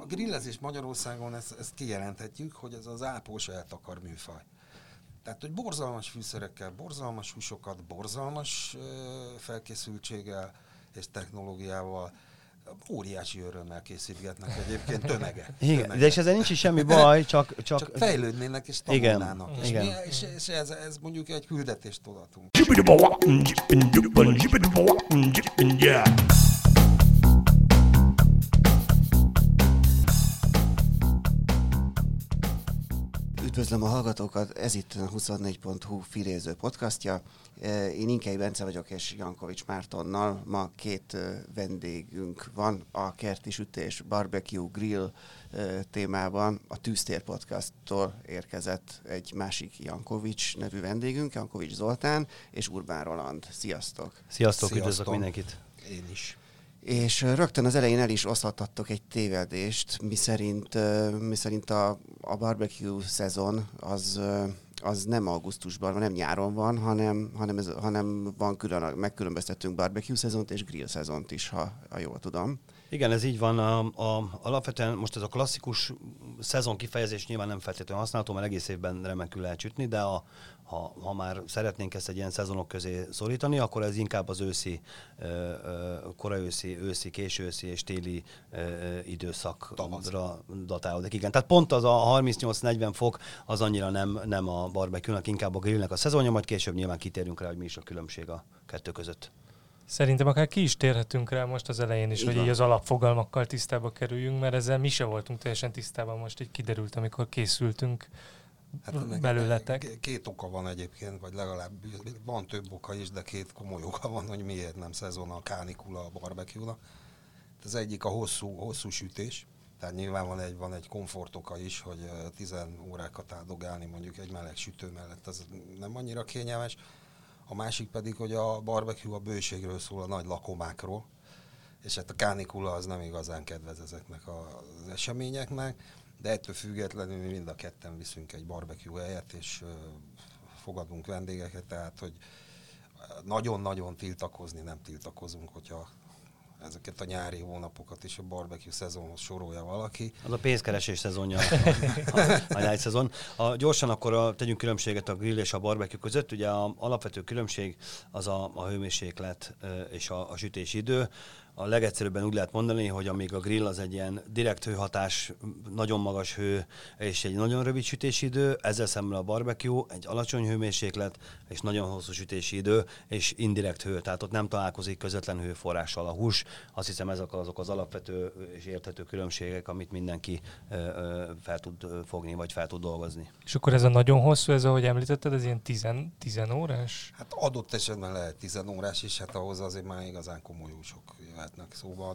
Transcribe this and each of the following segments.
grillezés Magyarországon, ezt kijelenthetjük, hogy ez az ápós eltakar műfaj. Tehát, hogy borzalmas fűszerekkel, borzalmas húsokat, borzalmas felkészültséggel és technológiával óriási örömmel készítgetnek egyébként tömegek. Igen, de és ezzel nincs is semmi baj, csak fejlődnének és tanulnának. Igen. És ez mondjuk egy küldetést tudatunk. Üdvözlöm a hallgatókat, ez itt a 24.hu filéző podcastja. Én Inkei Bence vagyok, és Jankovics Mártonnal. Ma két vendégünk van a Kerti Sütés Barbecue Grill témában. A Tűztér podcasttól érkezett egy másik Jankovics nevű vendégünk, Jankovics Zoltán és Urbán Roland. Sziasztok! Sziasztok, üdvözlök mindenkit! Én is. És rögtön az elején el is oszthattatok egy tévedést, miszerint a barbecue szezon az nem augusztusban, nem nyáron van, hanem van megkülönböztetünk barbecue szezont és grill szezont is, ha jól tudom. Igen, ez így van. Alapvetően most ez a klasszikus szezon kifejezés nyilván nem feltétlenül használható, mert egész évben remekül lehet sütni, de ha már szeretnénk ezt egy ilyen szezonok közé szorítani, akkor ez inkább az őszi, koraőszi, későőszi és téli időszakra datálódik. Igen, tehát pont az a 38-40 fok az annyira nem a barbecue-nak, inkább a grillnek a szezonja, majd később nyilván kitérünk rá, hogy mi is a különbség a kettő között. Szerintem akár ki is térhetünk rá most az elején is, hogy így az alapfogalmakkal tisztába kerüljünk, mert ezzel mi se voltunk teljesen tisztában, most így kiderült, amikor készültünk belőletek. Két oka van egyébként, vagy legalább van több oka is, de két komoly oka van, hogy miért nem szezon a kánikula a barbecue-nak. Az egyik a hosszú sütés, tehát nyilván van egy komfort oka is, hogy 10 órákat áldogálni mondjuk egy meleg sütő mellett, az nem annyira kényelmes. A másik pedig, hogy a barbecue a bőségről szól, a nagy lakomákról, és hát a kánikula az nem igazán kedvez ezeknek az eseményeknek, de ettől függetlenül mi mind a ketten viszünk egy barbecue helyet, és fogadunk vendégeket, tehát hogy nagyon-nagyon tiltakozni nem tiltakozunk, hogyha ezeket a nyári hónapokat is a barbecue szezonhoz sorolja valaki. Az a pénzkeresés szezonja, a nyári szezon. Gyorsan akkor tegyünk különbséget a grill és a barbecue között. Ugye az alapvető különbség az a hőmérséklet és a sütési idő. A legegyszerűbben úgy lehet mondani, hogy amíg a grill az egy ilyen direkt hőhatás, nagyon magas hő és egy nagyon rövid sütési idő, ezzel szemben a barbecue egy alacsony hőmérséklet és nagyon hosszú sütési idő és indirekt hő, tehát ott nem találkozik közvetlen hőforrással a hús. Azt hiszem ezek azok az alapvető és érthető különbségek, amit mindenki fel tud fogni vagy fel tud dolgozni. És akkor ez a nagyon hosszú, ez ahogy említetted, ez ilyen 10 órás? Hát adott esetben lehet 10 órás is, hát ahhoz azért már igazán komoly húsok jöhetnek szóba,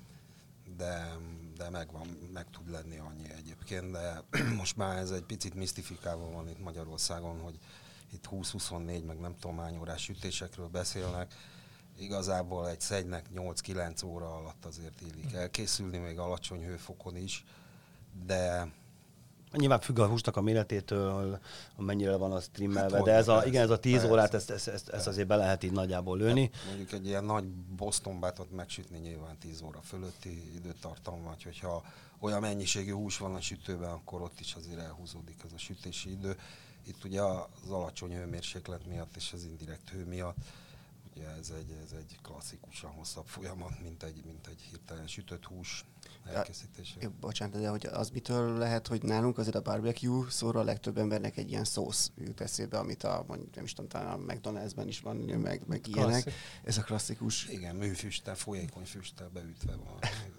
de meg tud lenni annyi egyébként, de most már ez egy picit misztifikálva van itt Magyarországon, hogy itt 20-24, meg nem tudom hány órás sütésekről beszélnek. Igazából egy szegynek 8-9 óra alatt azért illik elkészülni, még alacsony hőfokon is, de nyilván függ a húsnak a méretétől, mennyire van az trimmelve, hát de ez a 10 órát, ezt azért be lehet így nagyjából lőni. Hát mondjuk egy ilyen nagy Boston bátot megsütni nyilván 10 óra fölötti időtartam, vagy hogyha olyan mennyiségű hús van a sütőben, akkor ott is azért elhúzódik ez a sütési idő. Itt ugye az alacsony hőmérséklet miatt és az indirekt hő miatt, ugye ez egy klasszikusan hosszabb folyamat, mint egy hirtelen sütött hús elkészítése. Bocsánat, de hogy az mitől lehet, hogy nálunk azért a barbecue szóra a legtöbb embernek egy ilyen szósz jut eszébe, amit nem is tudom, talán a McDonald'sben is van, meg ilyenek. Ez a klasszikus. Igen, műfüsttel, folyékony füsttel beütve van.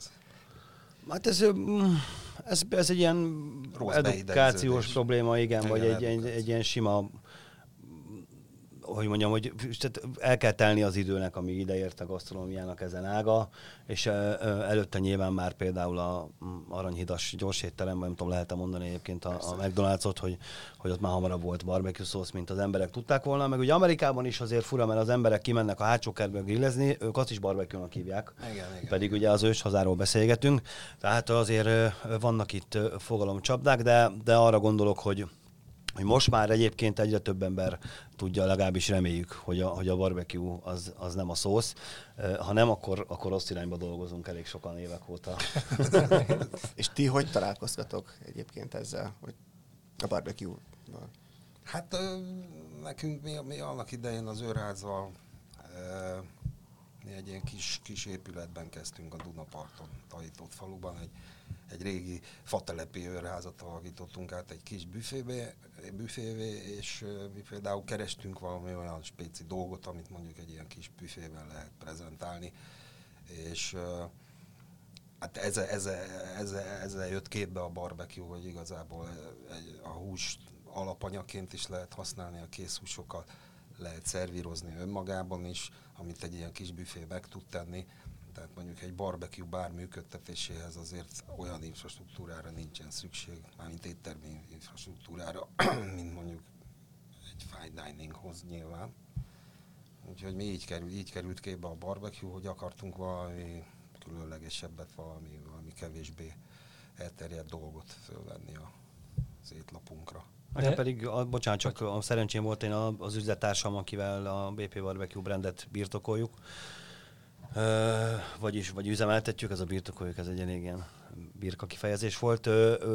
Hát ez egy ilyen edukációs probléma, igen, vagy egy ilyen sima, hogy mondjam, hogy el kell telni az időnek, amíg ideért a gasztronómiának ezen ága, és előtte nyilván már például a Aranyhidas gyorsétteremben, nem tudom, lehet-e mondani egyébként a McDonald's-ot, hogy ott már hamarabb volt barbecue szósz, mint az emberek tudták volna, meg ugye Amerikában is azért fura, mert az emberek kimennek a hátsó kertbe grillezni, ők azt is barbecue-nak hívják, igen. Pedig ugye az őshazáról beszélgetünk, tehát azért vannak itt fogalomcsapdák, de arra gondolok, hogy hogy most már egyébként egyre több ember tudja, legalábbis reméljük, hogy a barbecue az nem a szósz. Ha nem, akkor rossz irányba dolgozunk elég sokan évek óta. És ti hogy találkoztatok egyébként ezzel, hogy a barbecue-val? Hát nekünk mi annak idején az őrházzal mi egy ilyen kis épületben kezdtünk a Dunaparton, Tajított faluban, egy régi fatelepi őrházat alakítottunk át egy kis büfévé, és mi például kerestünk valami olyan spéci dolgot, amit mondjuk egy ilyen kis büfében lehet prezentálni, és hát ezzel jött képbe a barbecue, hogy igazából a húst alapanyagként is lehet használni, a készhúsokat lehet szervírozni önmagában is, amit egy ilyen kis büfé meg tud tenni. Tehát mondjuk egy barbecue bár működtetéséhez azért olyan infrastruktúrára nincsen szükség, mármint éttermi infrastruktúrára, mint mondjuk egy fine dininghoz nyilván. Úgyhogy mi így került képbe a barbecue, hogy akartunk valami különlegesebbet, valami kevésbé elterjedt dolgot fölvenni az étlapunkra. Nekem pedig, bocsánat, csak a szerencsém volt, én az üzlettársam, akivel a BP Barbecue brandet birtokoljuk, vagy üzemeltetjük, ez a birtokoljuk, ez egy elég ilyen birka kifejezés volt.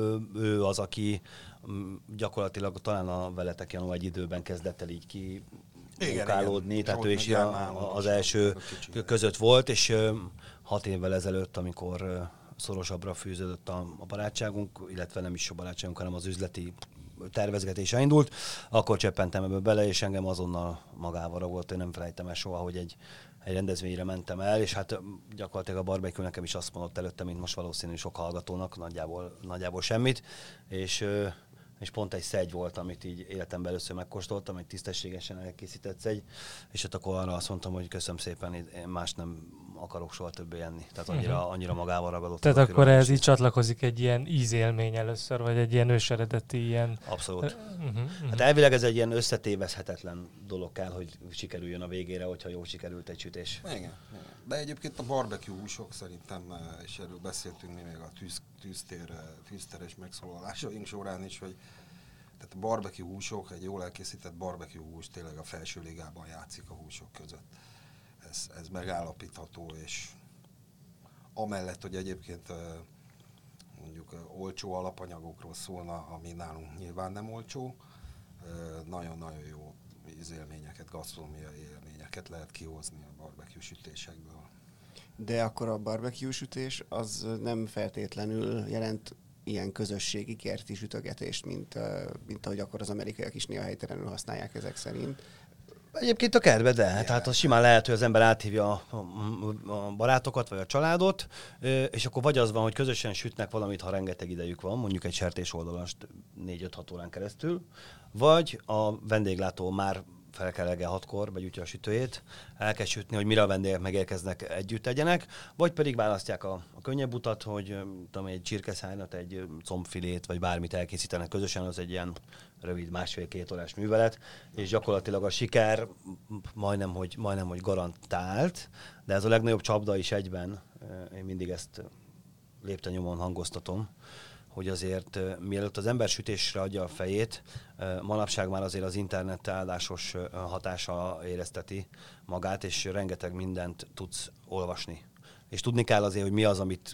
Ő az, aki gyakorlatilag talán a veletek Janu egy időben kezdett el így ki munkálódni, tehát ő is az első között volt, és 6 évvel ezelőtt, amikor szorosabbra fűződött a barátságunk, illetve nem is a barátságunk, hanem az üzleti tervezgetés elindult, akkor cseppentem ebből bele, és engem azonnal magával ragott, én nem felejtem el soha, hogy egy rendezvényre mentem el, és hát gyakorlatilag a barbecue nekem is azt mondott előtte, mint most valószínű sok hallgatónak, nagyjából semmit, és pont egy szegy volt, amit így életemben először megkóstoltam, egy tisztességesen elkészített szegy, és ott akkor arra azt mondtam, hogy köszönöm szépen, én más nem akarok soha többé enni. Tehát annyira magával ragadott. Tehát akkor ez így csatlakozik egy ilyen ízélmény először, vagy egy ilyen őseredeti ilyen... Abszolút. Hát elvileg ez egy ilyen összetévezhetetlen dolog kell, hogy sikerüljön a végére, hogyha jól sikerült egy sütés. Igen. De egyébként a barbecue húsok szerintem, és erről beszéltünk mi még a tűzteres megszólalásaink során is, hogy tehát a barbecue húsok, egy jól elkészített barbecue hús tényleg a felső ligában játszik a húsok között. Ez megállapítható, és amellett, hogy egyébként mondjuk olcsó alapanyagokról szólna, ami nálunk nyilván nem olcsó, nagyon-nagyon jó élményeket, gasztronómiai élményeket lehet kihozni a barbecue sütésekből. De akkor a barbecue sütés az nem feltétlenül jelent ilyen közösségi kerti sütögetést, mint ahogy akkor az amerikaiak is néha helytelenül használják ezek szerint. Egyébként a kertbe, de. Tehát az simán lehet, hogy az ember áthívja a barátokat, vagy a családot, és akkor vagy az van, hogy közösen sütnek valamit, ha rengeteg idejük van, mondjuk egy sertés oldalast 4-5-6 órán keresztül, vagy a vendéglátó már fel kell reggel 6-kor, begyújtja a sütőjét, elkezd sütni, hogy mire a vendégek megérkeznek, együtt tegyenek, vagy pedig választják a könnyebb utat, hogy egy csirkeszárnyat, egy combfilét, vagy bármit elkészítenek közösen, az egy ilyen rövid 1,5-2 órás művelet, és gyakorlatilag a siker majdnem, hogy garantált, de ez a legnagyobb csapda is egyben, én mindig ezt lépten-nyomon hangoztatom, hogy azért mielőtt az ember sütésre adja a fejét, manapság már azért az internet áldásos hatása érezteti magát, és rengeteg mindent tudsz olvasni. És tudni kell azért, hogy mi az, amit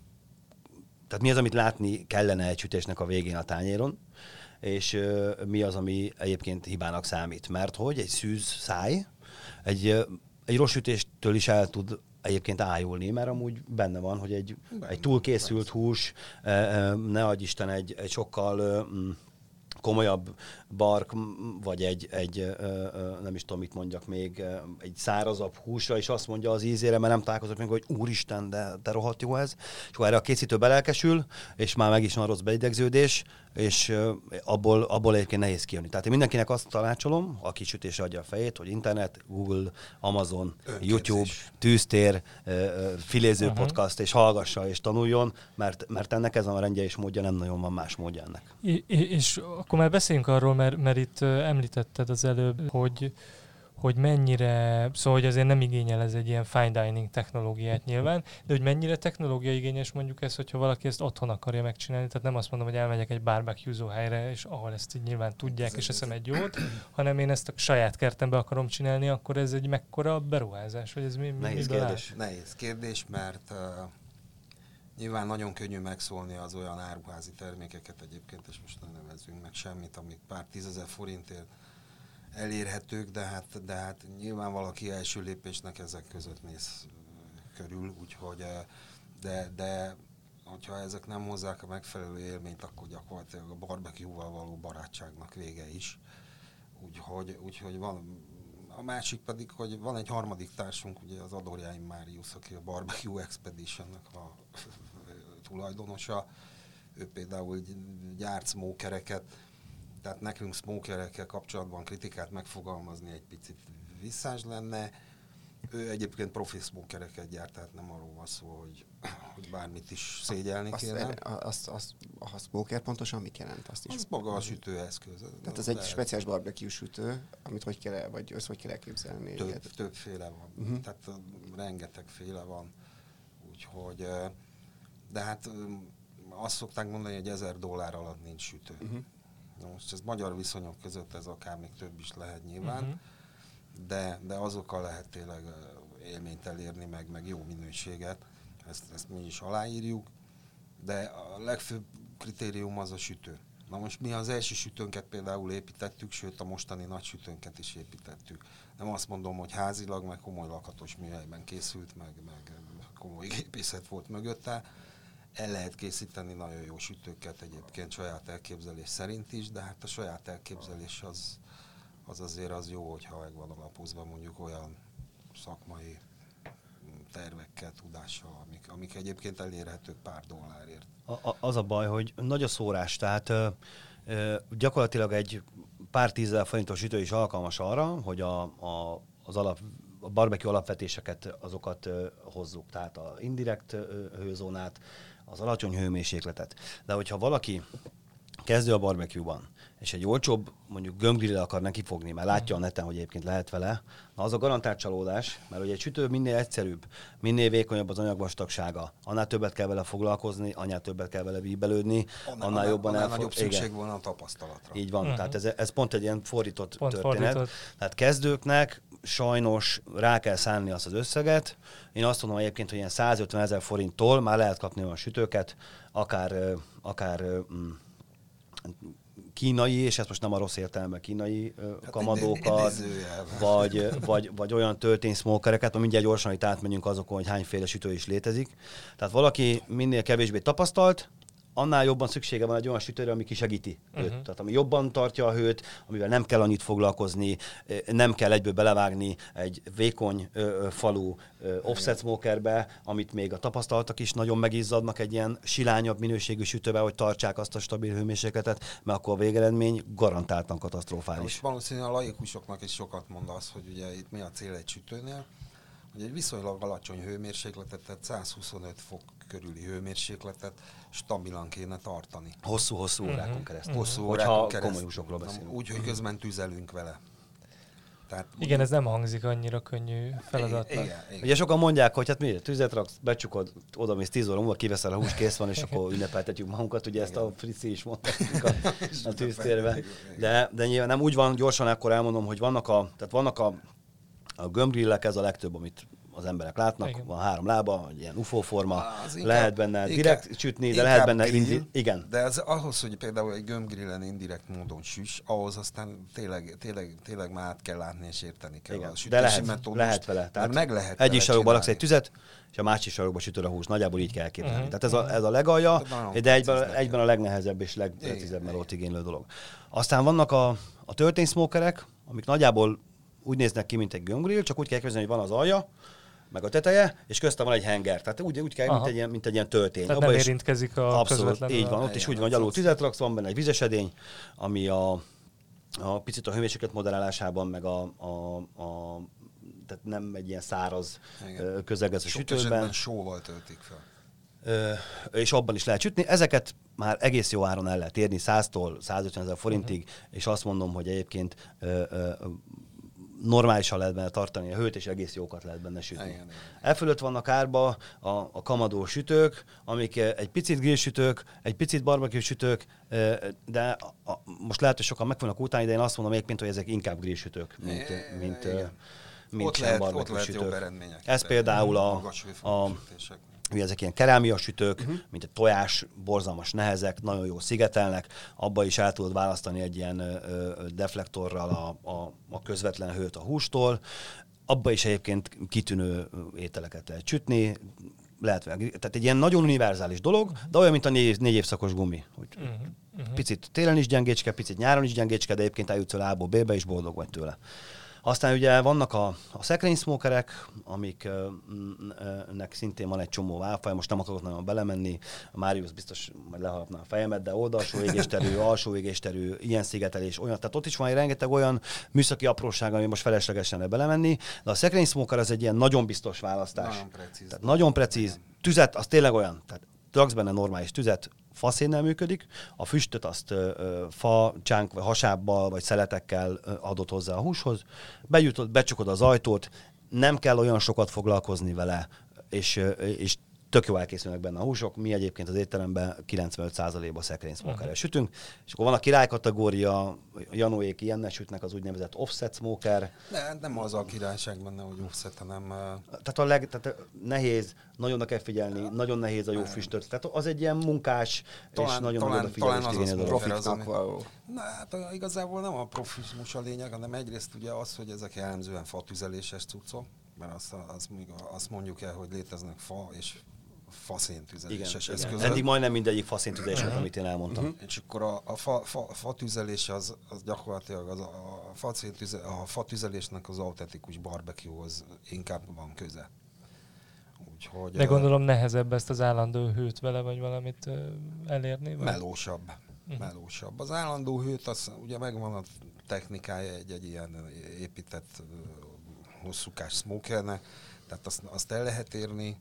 látni kellene egy sütésnek a végén a tányéron, és mi az, ami egyébként hibának számít. Mert hogy egy szűz száj egy rossz sütéstől is el tud egyébként ájulni, mert amúgy benne van, hogy egy túlkészült hús, ne adj Isten, egy sokkal komolyabb bark, vagy egy nem is tudom, mit mondjak még, egy szárazabb húsra, és azt mondja az ízére, mert nem találkozott még, hogy úristen, de rohadt jó ez. És akkor erre a készítő belelkesül, és már meg is van rossz beidegződés, és abból egyébként nehéz kijönni. Tehát én mindenkinek azt tanácsolom, aki sütésre adja a fejét, hogy internet, Google, Amazon, YouTube, tűztér, filéző podcast, és hallgassa és tanuljon, mert ennek ez a rendje és módja, nem nagyon van más módja ennek. És akkor már beszéljünk arról, mert itt említetted az előbb, hogy mennyire, szóval hogy azért nem igényel ez egy ilyen fine dining technológiát nyilván, de hogy mennyire technológia igényes mondjuk ez, hogyha valaki ezt otthon akarja megcsinálni, tehát nem azt mondom, hogy elmegyek egy barbecue helyre, és ahol ezt így nyilván tudják, és eszem egy jót, hanem én ezt a saját kertembe akarom csinálni, akkor ez egy mekkora beruházás, vagy ez Nehéz kérdés. Nehéz kérdés, mert nyilván nagyon könnyű megszólni az olyan áruházi termékeket egyébként, és most nem nevezzünk meg semmit, amik pár 10 000 forintért elérhetők, de hát nyilván valaki első lépésnek ezek között mész körül, úgyhogy de hogyha ezek nem hozzák a megfelelő élményt, akkor gyakorlatilag a barbecue-val való barátságnak vége is. Úgyhogy van. A másik pedig, hogy van egy harmadik társunk, ugye az Adorjány Máriusz, aki a Barbecue Expedition-nek a tulajdonosa. Ő például gyárt smokereket, tehát nekünk smokerekkel kapcsolatban kritikát megfogalmazni egy picit visszás lenne. Ő egyébként profi smokereket gyárt, tehát nem arról van szó, hogy bármit is szégyelni kéne. A smoker pontosan mit jelent? Azt is. Az maga a sütőeszköz. Tehát ez egy speciális barbecue sütő, amit hogy kell elképzelni? Többféle van. Tehát rengetegféle van. Úgyhogy, de hát azt szokták mondani, hogy $1000 alatt nincs sütő. Most ez magyar viszonyok között ez akár még több is lehet nyilván, de azokkal lehet tényleg élményt elérni, meg jó minőséget. Ezt mi is aláírjuk, de a legfőbb kritérium az a sütő. Na most mi az első sütőnket például építettük, sőt a mostani nagy sütőnket is építettük. Nem azt mondom, hogy házilag, meg komoly lakatos műhelyben készült, meg komoly gépészet volt mögötte. El lehet készíteni nagyon jó sütőket egyébként saját elképzelés szerint is, de hát a saját elképzelés az azért az jó, hogyha meg van alapozva mondjuk olyan szakmai tervekkel, tudással, amik egyébként elérhetők pár dollárért. Az a baj, hogy nagy a szórás, tehát gyakorlatilag egy pár 10 000 forintos sütő is alkalmas arra, hogy a barbecue alapvetéseket azokat hozzuk, tehát a indirekt hőzónát, az alacsony hőmérsékletet. De hogyha valaki kezdő a barbecue-ban, és egy olcsóbb, mondjuk gömbgrillel akar nekifogni, mert látja a neten, hogy egyébként lehet vele, na az a garantált csalódás, mert ugye egy sütő minél egyszerűbb, minél vékonyabb az anyagvastagsága, annál többet kell vele foglalkozni, annál többet kell vele bíbelődni, annál jobban nagyobb szükség volna a tapasztalatra. Így van, tehát ez pont egy ilyen fordított történet. Tehát kezdőknek sajnos rá kell szánni azt az összeget. Én azt mondom egyébként, hogy ilyen 150 000 forinttól már lehet kapni olyan sütőket, akár kínai, és ezt most nem a rossz értelemben kínai kamadókat, vagy olyan töltényszmókereket, mert mindjárt gyorsan itt átmenjünk azokon, hogy hányféle sütő is létezik. Tehát valaki minél kevésbé tapasztalt, annál jobban szüksége van egy olyan sütőre, ami kisegíti őt. Tehát ami jobban tartja a hőt, amivel nem kell annyit foglalkozni, nem kell egyből belevágni egy vékony falu offset smokerbe, amit még a tapasztaltak is nagyon megizzadnak egy ilyen silányabb minőségű sütőbe, hogy tartsák azt a stabil hőmérsékletet, mert akkor a végeredmény garantáltan katasztrofális. Most valószínűleg a laikusoknak is sokat mond az, hogy ugye itt mi a cél egy sütőnél, hogy egy viszonylag alacsony hőmérsékletet, tehát 125 fok körüli hőmérsékletet stabilan kéne tartani. Hosszú órákon keresztül. Hosszú órákon keresztül. Komoly húsokról beszélünk. Úgy, hogy közben tüzelünk vele. Tehát, igen, ez nem hangzik annyira könnyű feladatnak. Igen. Ugye sokan mondják, hogy hát mi, tüzet raksz, becsukod, oda mész 10 óra múlva, kiveszel a hús, kész van, és akkor ünnepeltetjük magunkat, ugye ezt a Frici is mondta a tűztérbe. De nyilván nem úgy van, gyorsan akkor elmondom, hogy vannak a gömbgrillek, ez a legtöbb, amit az emberek látnak, igen. Van 3 lába, egy ilyen UFO forma, lehet benne direkt sütni, de lehet benne igen. De ez ahhoz, hogy például egy gömbgrillen indirekt módon süss, ahhoz aztán tényleg már át kell látni és érteni kell igen. a sütési metódust. Lehet vele. Tehát meg lehet egyik sarokba laksz egy tüzet, és a másik sarokba sütöd a hús. Nagyjából így kell elképzelni. Tehát ez a legalja, de egyben a legnehezebb és legprecízebb melót igénylő dolog. Aztán vannak a töltényszmókerek, amik nagyjából úgy néznek ki, mint egy gömbgrill, csak úgy kell képzelni, hogy van az alja, meg a teteje, és köztem van egy henger. Tehát úgy kell, mint egy ilyen töltény. Tehát nem érintkezik a abszolút, így van. Ott is úgy van, hogy alul tüzet raksz, van benne egy vizesedény, ami a picit a hőmérséklet modellálásában, meg tehát nem egy ilyen száraz közeg ez a sütőben. Sok esetben sóval töltik fel. És abban is lehet sütni. Ezeket már egész jó áron el lehet érni, 100-tól 150 000 forintig, és azt mondom, hogy egyébként normálisan lehet benne tartani a hőt, és egész jókat lehet benne sütni. Elfölött vannak árba a kamadó sütők, amik egy picit grillsütők, egy picit barbecue sütők, de most lehet, hogy sokan meg fognak utálni, de én azt mondom egyébként, hogy ezek inkább grillsütők, mint sem barbecue sütők. Ez például ugye ezek ilyen kerámia sütők, mint egy tojás, borzalmas nehezek, nagyon jó szigetelnek, abba is el tudod választani egy ilyen deflektorral a közvetlen hőt a hústól, abba is egyébként kitűnő ételeket lehet sütni, tehát egy ilyen nagyon univerzális dolog, de olyan, mint a 4 évszakos gumi. Picit télen is gyengécske, picit nyáron is gyengécske, de egyébként eljutsz el A-ból B-be, és boldog vagy tőle. Aztán ugye vannak a szekrényszmókerek, amiknek szintén van egy csomó válfaj, most nem akarok nagyon belemenni, a Máriusz biztos majd leharapná a fejemet, de oldalsó égésterű, alsó égésterű, ilyen szigetelés, olyan, tehát ott is van egy rengeteg olyan műszaki apróság, ami most feleslegesen belemenni, de a szekrényszmóker az egy ilyen nagyon biztos választás. Nagyon precíz. Tehát nagyon precíz, tüzet, az tényleg olyan, tehát raksz benne normális tüzet, faszénnel működik, a füstöt azt fa, csánk, vagy hasábbal, vagy szeletekkel adott hozzá a húshoz, becsukod az ajtót, nem kell olyan sokat foglalkozni vele, és tök jó elkészülnek benne a húsok. Mi egyébként az étteremben 95%-ban szekrényszmókerrel sütünk, és akkor van a király kategória, Janóék ilyennel sütnek, az úgynevezett offset smoker. Nem az a királyság benne, hogy offset, hanem... Tehát nehéz, nagyon kell figyelni, nagyon nehéz a jó füstöt. Tehát az egy ilyen munkás, és nagyon odafigyelést igénylő dolog. Profitnak való. Na, hát igazából nem a profizmus a lényeg, hanem egyrészt ugye az, hogy ezek jellemzően fatüzeléses cuccok, mert azt mondjuk el, hogy léteznek fa és faszéntüzeléses eszközök. Eddig majdnem mindegyik faszéntüzelés volt, amit én elmondtam. És akkor a fatüzelés az gyakorlatilag a fatüzelésnek az autentikus barbecue-hoz inkább van köze. Úgyhogy, de gondolom nehezebb ezt az állandó hőt vele, vagy valamit elérni? Vagy? Melósabb. Az állandó hőt, az ugye megvan a technikája egy ilyen épített hosszúkás smokernek, tehát azt el lehet érni,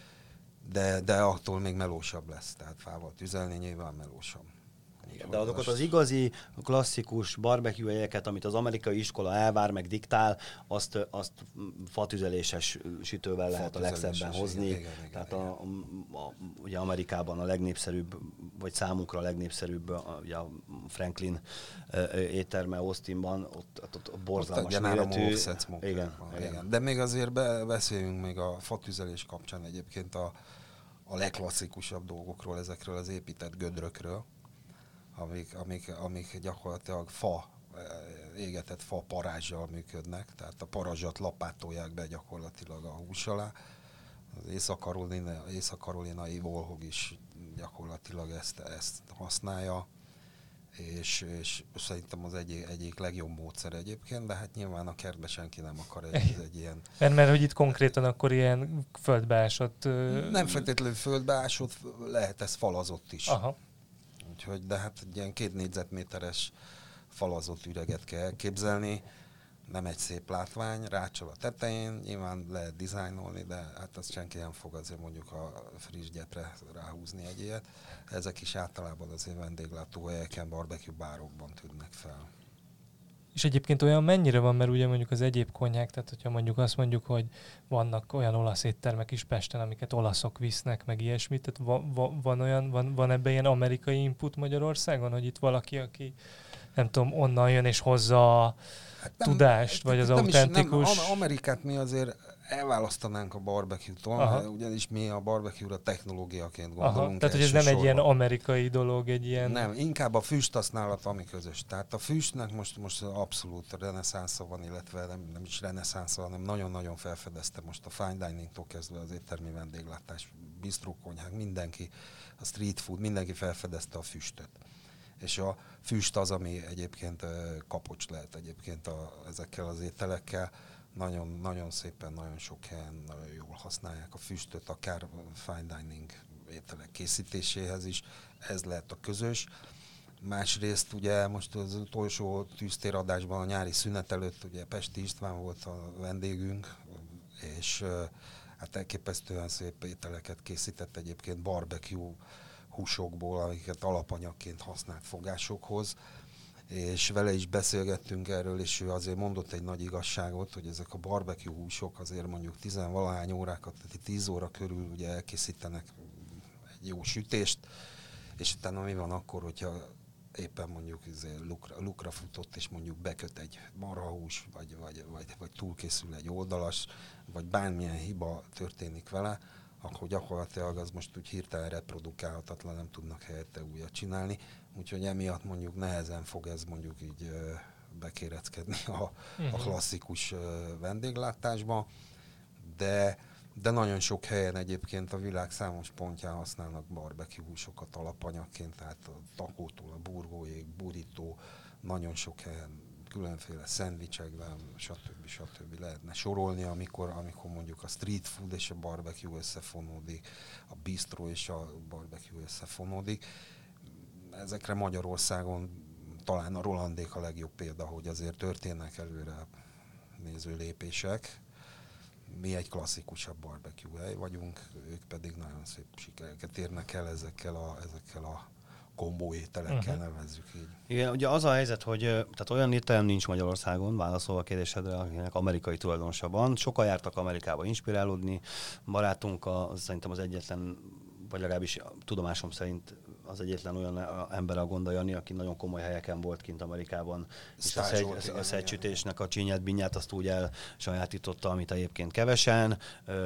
de attól még melósabb lesz, tehát fával tüzelni nyilván melósabb. Igen, de azokat az igazi, klasszikus barbecue helyeket, amit az amerikai iskola elvár, meg diktál, azt fatüzeléses sütővel lehet a legszebben hozni. Igen, tehát ugye Amerikában a legnépszerűbb, vagy számunkra a legnépszerűbb ugye a Franklin étterme Austinban, ott borzalmas méretű. Igen. De még azért beszéljünk még a fatüzelés kapcsán egyébként a legklasszikusabb dolgokról, ezekről az épített gödrökről, amik gyakorlatilag égetett fa parázsal működnek, tehát a parazsat lapátolják be gyakorlatilag a hús alá. Az észak-karolinai Volhog is gyakorlatilag ezt használja, és szerintem az egyik legjobb módszer egyébként, de hát nyilván a kertbe senki nem akar egy ilyen... Mert hogy itt konkrétan akkor ilyen földbeásott... Nem feltétlenül földbeásott, lehet ez falazott is. Aha. Úgyhogy, de hát egy ilyen 2 négyzetméteres falazott üreget kell elképzelni, nem egy szép látvány, rácsol a tetején, nyilván lehet dizájnolni, de hát azt senki nem fog azért mondjuk a friss-gyetre ráhúzni egy ilyet. Ezek is általában azért vendéglátóhelyeken, barbecue bárokban tűnnek fel. És egyébként olyan mennyire van, mert ugye mondjuk az egyéb konyhák, tehát hogyha mondjuk azt mondjuk, hogy vannak olyan olasz éttermek is Pesten, amiket olaszok visznek, meg ilyesmit, tehát van ebben ilyen amerikai input Magyarországon, hogy itt valaki, aki nem tudom, onnan jön és hozza a tudást, vagy az autentikus... Amerikát mi azért elválasztanánk a barbecue-tól, ugyanis mi a barbecue-ra technológiaként gondolunk. Tehát, hogy ez nem egy ilyen amerikai dolog, egy ilyen... Nem, inkább a füst használat, ami közös. Tehát a füstnek most abszolút reneszánsza van, illetve nem is reneszánsza, hanem nagyon-nagyon felfedezte most a fine dining-tól kezdve az éttermi vendéglátás, bistrókonyhák, mindenki, a street food, mindenki felfedezte a füstöt. És a füst az, ami egyébként kapocs lehet egyébként ezekkel az ételekkel. Nagyon, nagyon szépen, nagyon sok helyen nagyon jól használják a füstöt, akár fine dining ételek készítéséhez is. Ez lehet a közös. Másrészt ugye most az utolsó tűztéradásban a nyári szünet előtt ugye Pesti István volt a vendégünk, és hát elképesztően szép ételeket készített egyébként barbecue húsokból, amiket alapanyagként használt fogásokhoz. és vele is beszélgettünk erről, és ő azért mondott egy nagy igazságot, hogy ezek a barbecue húsok azért mondjuk 10-valahány órákat, tehát 10 óra körül ugye elkészítenek egy jó sütést, és utána mi van akkor, hogyha éppen mondjuk lukra futott, és mondjuk beköt egy marhahús, vagy túlkészül egy oldalas, vagy bármilyen hiba történik vele, akkor gyakorlatilag az most úgy hirtelen reprodukálhatatlan, nem tudnak helyette újat csinálni. Úgyhogy emiatt mondjuk nehezen fog ez mondjuk így bekéreckedni a klasszikus vendéglátásba, de nagyon sok helyen egyébként a világ számos pontján használnak barbecue húsokat alapanyagként, tehát a takótól a burgóig, burrito, nagyon sok helyen különféle szendvicsekben, stb. Lehetne sorolni, amikor mondjuk a street food és a barbecue összefonódik, a bistro és a barbecue összefonódik. Ezekre Magyarországon talán a Rolandék a legjobb példa, hogy azért történnek előre néző lépések. Mi egy klasszikusabb barbecue hely vagyunk, ők pedig nagyon szép sikereket érnek el ezekkel a kombó ételekkel, nevezzük így. Igen, ugye az a helyzet, hogy tehát olyan étterem nincs Magyarországon, válaszolva a kérdésedre, akinek amerikai tulajdonosa van. Sokan jártak Amerikába inspirálódni. Barátunk szerintem az egyetlen, vagy legalábbis tudomásom szerint az egyetlen olyan ember a Gonda Jani, aki nagyon komoly helyeken volt kint Amerikában, és a szegysütésnek a csinyát-binyát azt úgy elsajátította, amit egyébként kevesen.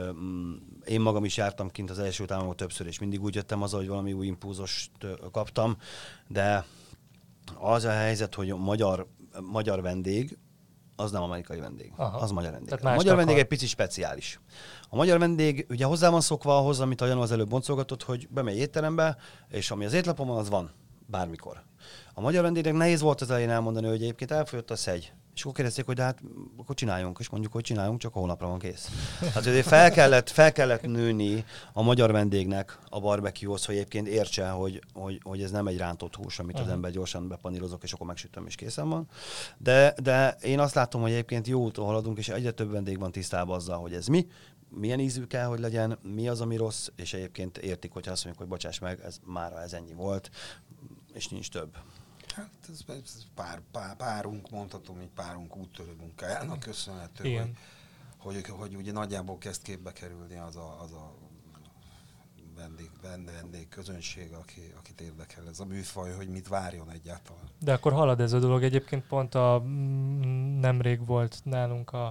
Én magam is jártam kint az Egyesült Államokban többször, és mindig úgy jöttem haza, hogy valami új impulzust kaptam, de az a helyzet, hogy magyar vendég, az nem amerikai vendég, az magyar vendég. A magyar vendég egy pici speciális. A magyar vendég ugye hozzá van szokva ahhoz, amit a Janu az előbb boncolgatott, hogy bemegy étterembe, és ami az étlapon van, az van bármikor. A magyar vendégnek nehéz volt az elején elmondani, hogy egyébként elfogyott a szegy. És akkor kérdezték, hogy de hát akkor csináljunk, és mondjuk, hogy csináljunk, csak a hónapra van kész. Hát azért fel kellett nőni a magyar vendégnek a barbecue-hoz, hogy egyébként értse, hogy ez nem egy rántott hús, amit az ember gyorsan bepanírozok, és akkor megsütöm, és készen van. De én azt látom, hogy egyébként jó úton haladunk, és egyre több vendég van tisztában azzal, hogy ez mi, milyen ízű kell, hogy legyen, mi az, ami rossz, és egyébként értik, hogyha azt mondjuk, hogy bocsáss meg, ez ennyi volt, és nincs több. Hát ez párunk, mondhatom, hogy párunk úttörő munkájának köszönhető, hogy ugye nagyjából kezd képbe kerülni az a vendég közönség, akit érdekel ez a műfaj, hogy mit várjon egyáltalán. De akkor halad ez a dolog. Egyébként pont nemrég volt nálunk a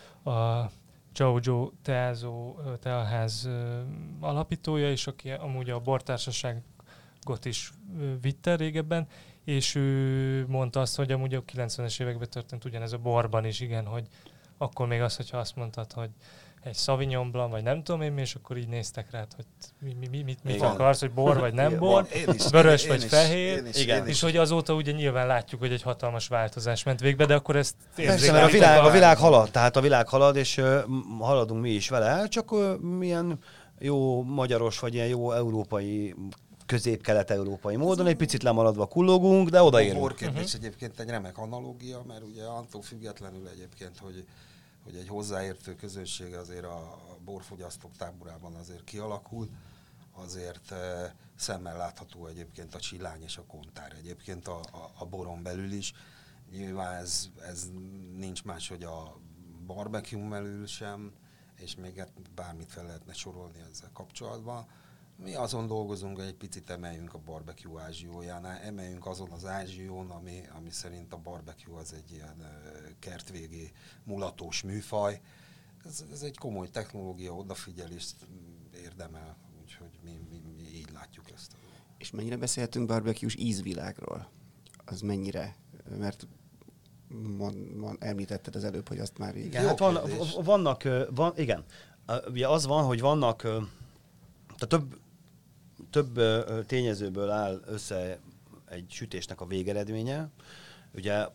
Jojo teaház alapítója, és aki amúgy a bortársaságot is vitte régebben, és ő mondta azt, hogy amúgy a 90-es években történt ugyanez a borban is, igen, hogy akkor még az, hogyha azt mondtad, hogy egy Sauvignon Blanc, vagy nem tudom én, és akkor így néztek rád, hogy mit akarsz, hogy bor vagy nem bor, vörös vagy fehér, és hogy azóta ugye nyilván látjuk, hogy egy hatalmas változás ment végbe, de akkor ezt érzékelni. A világ halad, tehát a világ halad, és haladunk mi is vele, csak milyen jó magyaros, vagy ilyen jó európai, közép-kelet-európai módon, egy picit lemaradva kullogunk, de odaérünk. A borkérdés egyébként egy remek analógia, mert ugye attól függetlenül egyébként, hogy egy hozzáértő közönség azért a borfogyasztók táborában azért kialakul, azért szemmel látható egyébként a csillány és a kontár egyébként a boron belül is. Nyilván ez nincs más, hogy a barbecue belül sem, és még bármit fel lehetne sorolni ezzel kapcsolatban. Mi azon dolgozunk, hogy egy picit emeljünk a barbecue ázsiójánál, emeljünk azon az ázsión, ami szerint a barbecue az egy ilyen kertvégi mulatós műfaj. Ez egy komoly technológia, odafigyelést érdemel, úgyhogy mi így látjuk ezt. És mennyire beszélhetünk barbecue-s ízvilágról? Az mennyire? Mert említetted az előbb, hogy azt már így... Igen, hát igen. Ugye az van, hogy vannak... Több tényezőből áll össze egy sütésnek a végeredménye. Ugye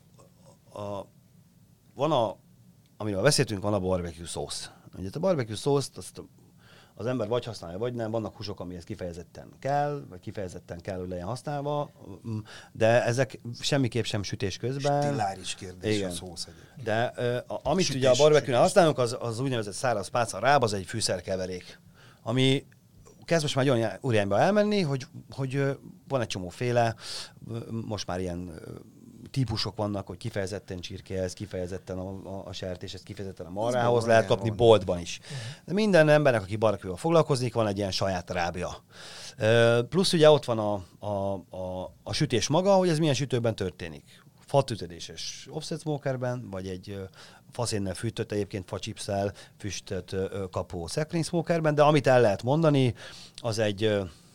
amiről beszéltünk, van a barbecue szósz. Ugye a barbecue szószt azt az ember vagy használja, vagy nem. Vannak húsok, amihez kifejezetten kell, vagy kifejezetten kell, hogy legyen használva, de ezek semmiképp sem sütés közben. Stiláris kérdés. Igen. A szósz egyébként. De amit sütés, ugye a barbecue-nál használunk, az úgynevezett száraz páca ráb, az egy fűszerkeverék, ami kezd most már olyan irányba elmenni, hogy van egy csomóféle, most már ilyen típusok vannak, hogy kifejezetten csirkéhez, kifejezetten a sertéshez, kifejezetten a marhához lehet kapni boltban is. De minden embernek, aki barbecue-val foglalkozik, van egy ilyen saját rábja. Plusz ugye ott van a sütés maga, hogy ez milyen sütőben történik. Fatütödéses offset smokerben, vagy egy faszénnel fűtött, egyébként facsipszel füstöt kapó szekrény smokerben, de amit el lehet mondani, az egy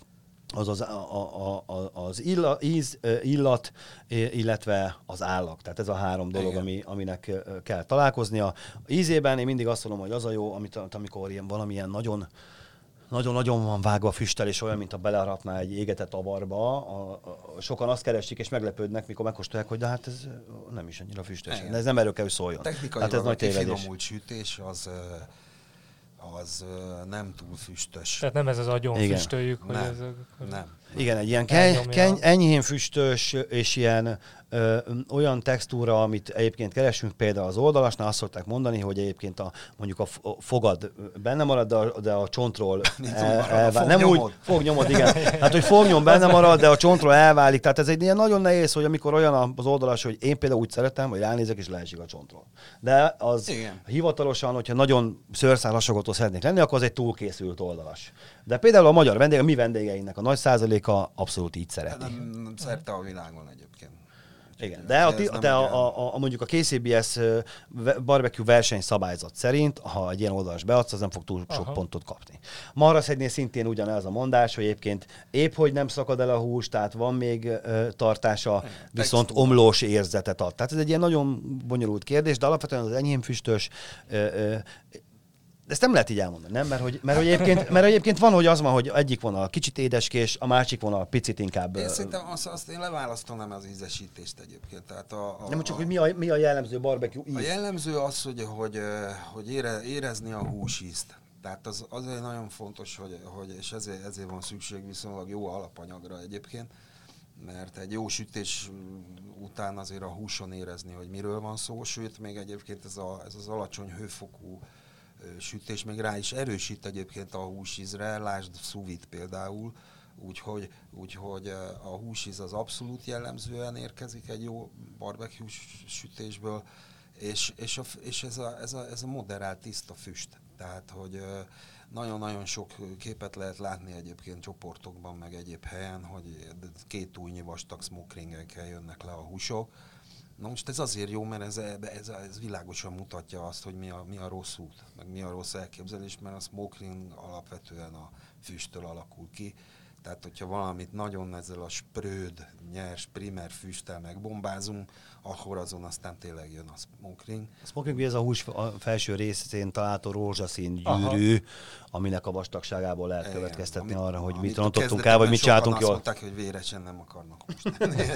az íz, illat, illetve az állag. Tehát ez a három dolog, aminek kell találkoznia. Ízében én mindig azt mondom, hogy az a jó, amikor ilyen valamilyen nagyon van vágva füsttel, és olyan, mint a beleharapná egy égetett avarba. Sokan azt keresik, és meglepődnek, mikor megkóstolják, hogy de hát ez nem is annyira füstös. De ez nem erről kell, hogy szóljon. Technikailag hát ez nagy tévedés. Finomult sütés az nem túl füstös. Tehát nem ez az agyon füstöljük, hogy nem, ez... Nem. Igen, egy ilyen enyhén füstös, és ilyen olyan textúra, amit egyébként keresünk például az oldalasnál, azt szokták mondani, hogy egyébként mondjuk a fogad benne marad, de a csontról nem úgy fognyomod, igen. Hát, hogy fognyom benne marad, de a csontról elválik. Tehát ez egy ilyen nagyon nehéz, hogy amikor olyan az oldalas, hogy én például úgy szeretem, hogy ránézek és leesik a csontról. De az hivatalosan, hogyha nagyon szőrszálhasogató szeretnék lenni, akkor az egy túlkészült oldalas. De például a magyar vendég, a mi vendégeinknek a nagy százaléka abszolút így szereti. Szerte a világon egyébként. Igen, de mondjuk a KCBS barbecue versenyszabályzat szerint, ha egy ilyen oldalas beadsz, az nem fog túl sok pontot kapni. Marhaszegynél szintén ugyanez a mondás, hogy egyébként épp hogy nem szakad el a hús, tehát van még tartása, viszont omlós érzetet ad. Tehát ez egy ilyen nagyon bonyolult kérdés, de alapvetően az enyhén füstös, de ezt nem lehet így elmondani, nem? Mert egyébként van, hogy az van, hogy egyik vonal kicsit édeskés, a másik vonal picit inkább... Én szerintem azt én leválasztanám az ízesítést egyébként. Tehát nem csak, hogy mi a jellemző barbecue íz? A jellemző az, hogy érezni a húsízt. Tehát az azért nagyon fontos, és ezért van szükség viszonylag jó alapanyagra egyébként, mert egy jó sütés után azért a húson érezni, hogy miről van szó, sőt, még egyébként ez az alacsony hőfokú sütés még rá is erősít egyébként a húsízre, lásd sous vide például, úgyhogy a húsíz az abszolút jellemzően érkezik egy jó barbecue sütésből, és ez a moderált tiszta füst. Tehát, hogy nagyon-nagyon sok képet lehet látni egyébként csoportokban, meg egyéb helyen, hogy 2 ujjnyi vastag smokeringekkel jönnek le a húsok. Na most ez azért jó, mert ez világosan mutatja azt, hogy mi a rossz út, meg mi a rossz elképzelés, mert a smoking alapvetően a füsttől alakul ki. Tehát, hogyha valamit nagyon ezzel a spröd, nyers, primer füsttel megbombázunk, akkor azon aztán tényleg jön a smoking. A smoking ez a hús felső részén található rózsaszín gyűrű, aminek a vastagságából lehet következtetni arra, hogy mit rontottunk el, vagy mit csináltunk jól. Azt mondták, hogy véresen nem akarnak húst tenni.